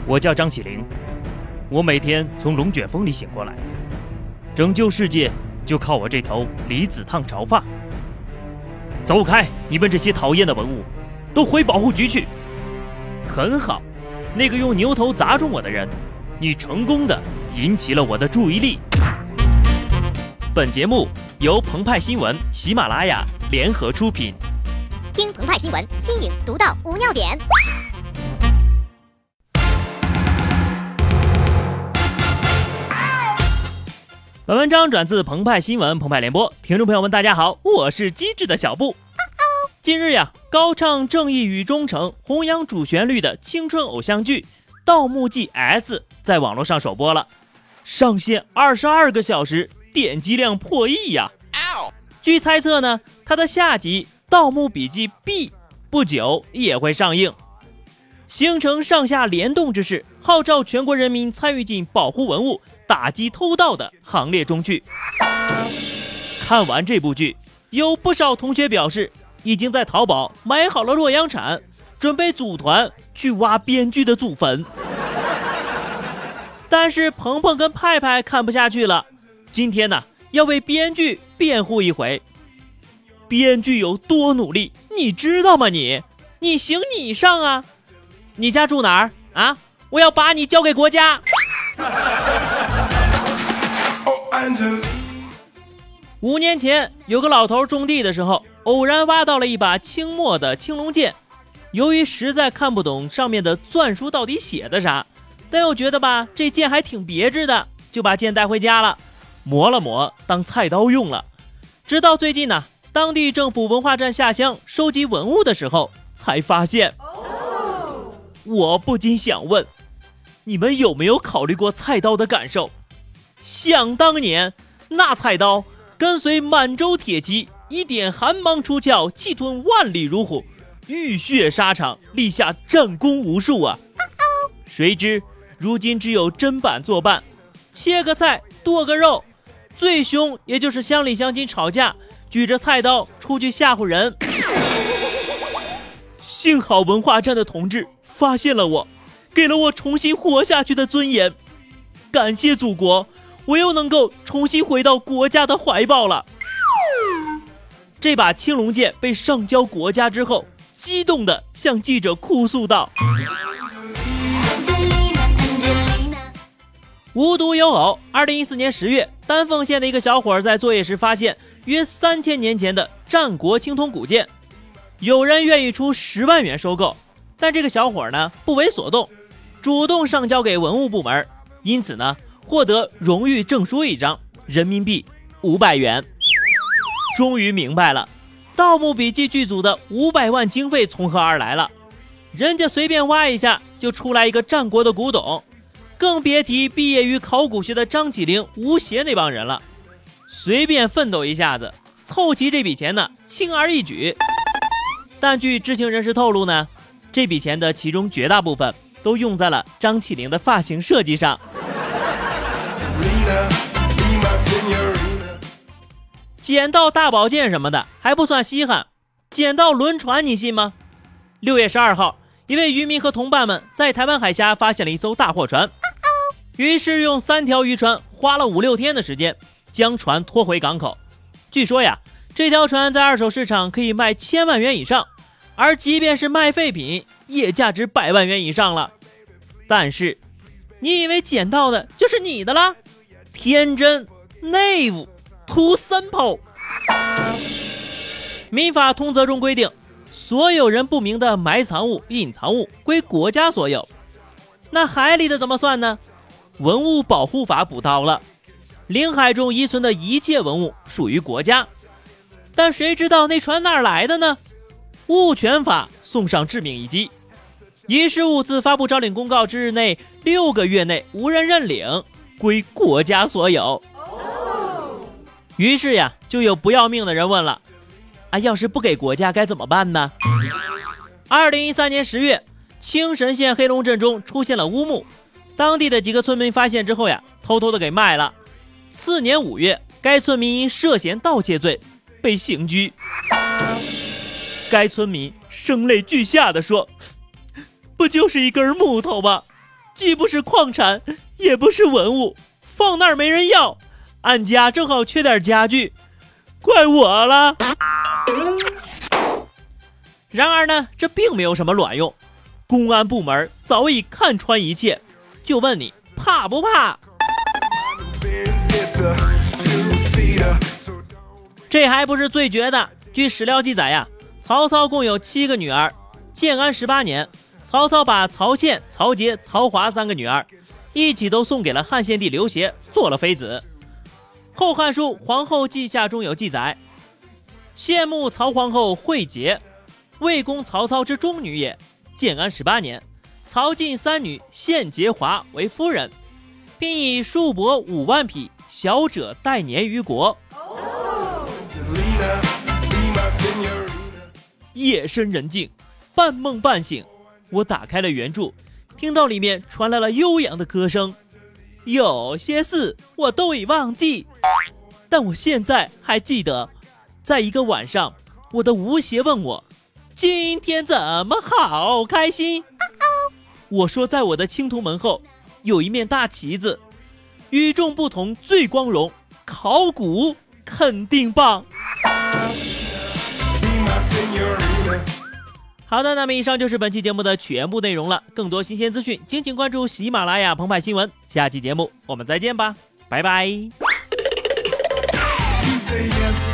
我叫张起灵，我每天从龙卷风里醒过来，拯救世界就靠我这头离子烫潮发。走开，你们这些讨厌的文物，都回保护局去。很好，那个用牛头砸中我的人，你成功的引起了我的注意力。本节目由澎湃新闻、喜马拉雅联合出品。 听澎湃新闻，新颖独到，无尿点。 本文章转自澎湃新闻澎湃联播，听众朋友们大家好，我是机智的小布。近日呀，高唱正义与忠诚、弘扬主旋律的青春偶像剧《盗墓记 S》在网络上首播了，上线22个小时，点击量破亿呀！据猜测呢，它的下集《盗墓笔记 B》不久也会上映，形成上下联动之势，号召全国人民参与进保护文物、打击偷盗的行列中去。看完这部剧，有不少同学表示已经在淘宝买好了洛阳铲，准备组团去挖编剧的祖坟。但是鹏鹏跟派派看不下去了，今天呢要为编剧辩护一回。编剧有多努力你知道吗？你行你上啊！你家住哪儿啊？我要把你交给国家。5年前，有个老头种地的时候，偶然挖到了一把清末的青龙剑。由于实在看不懂上面的篆书到底写的啥，但又觉得吧，这剑还挺别致的，就把剑带回家了，磨了磨当菜刀用了。直到最近呢，当地政府文化站下乡收集文物的时候，才发现。我不禁想问，你们有没有考虑过菜刀的感受？想当年，那菜刀跟随满洲铁骑，一点寒芒出鞘，气吞万里如虎，浴血沙场，立下战功无数啊！谁知如今只有砧板作伴，切个菜剁个肉，最凶也就是乡里乡亲吵架，举着菜刀出去吓唬人。幸好文化站的同志发现了我，给了我重新活下去的尊严。感谢祖国，我又能够重新回到国家的怀抱了。这把青龙剑被上交国家之后，激动地向记者哭诉道：无独有偶，2014年10月，丹凤县的一个小伙在作业时发现约3000年前的战国青铜古剑，有人愿意出10万元收购，但这个小伙呢不为所动，主动上交给文物部门，因此呢获得荣誉证书1张，人民币500元。终于明白了，盗墓笔记剧组的500万经费从何而来了。人家随便挖一下就出来一个战国的古董，更别提毕业于考古学的张起灵、吴邪那帮人了。随便奋斗一下子，凑齐这笔钱呢，轻而易举。但据知情人士透露呢，这笔钱的其中绝大部分都用在了张起灵的发型设计上。捡到大宝剑什么的还不算稀罕，捡到轮船你信吗？6月12号，一位渔民和同伴们在台湾海峡发现了一艘大货船，于是用3条渔船花了5-6天的时间将船拖回港口。据说呀，这条船在二手市场可以卖1000万元以上，而即便是卖废品也价值100万元以上了。但是你以为捡到的就是你的啦？天真 naive too simple。 民法通则中规定，所有人不明的埋藏物、隐藏物归国家所有。那海里的怎么算呢？文物保护法补刀了，领海中遗存的一切文物属于国家。但谁知道那船哪儿来的呢？物权法送上致命一击，遗失物自发布招领公告之日内6个月内无人认领，归国家所有。于是呀，就有不要命的人问了，要是不给国家该怎么办呢？2013年10月，青神县黑龙镇中出现了乌木，当地的几个村民发现之后呀，偷偷的给卖了。次年5月，该村民因涉嫌盗窃罪被刑拘。该村民声泪俱下地说，不就是一根木头吗？ 既不是矿产，也不是文物，放那儿没人要，俺家正好缺点家具，怪我了。然而呢，这并没有什么卵用，公安部门早已看穿一切，就问你怕不怕？这还不是最绝的，据史料记载呀，曹操共有7个女儿。建安18年，曹操把曹宪、曹节、曹华3个女儿一起都送给了汉献帝刘协，做了妃子。后汉书《皇后记下》中有记载，羡慕曹皇后惠节，魏公曹操之中女也。建安18年，曹晋3女献节华为夫人，并以数帛5万匹，小者待年于国。夜深人静，半梦半醒，我打开了原著，听到里面传来了悠扬的歌声。有些事我都已忘记，但我现在还记得，在一个晚上，我的吴邪问我今天怎么好开心。我说在我的青铜门后有一面大旗子，与众不同最光荣，考古肯定棒。好的，那么以上就是本期节目的全部内容了。更多新鲜资讯，敬请关注喜马拉雅澎湃新闻。下期节目我们再见吧，拜拜。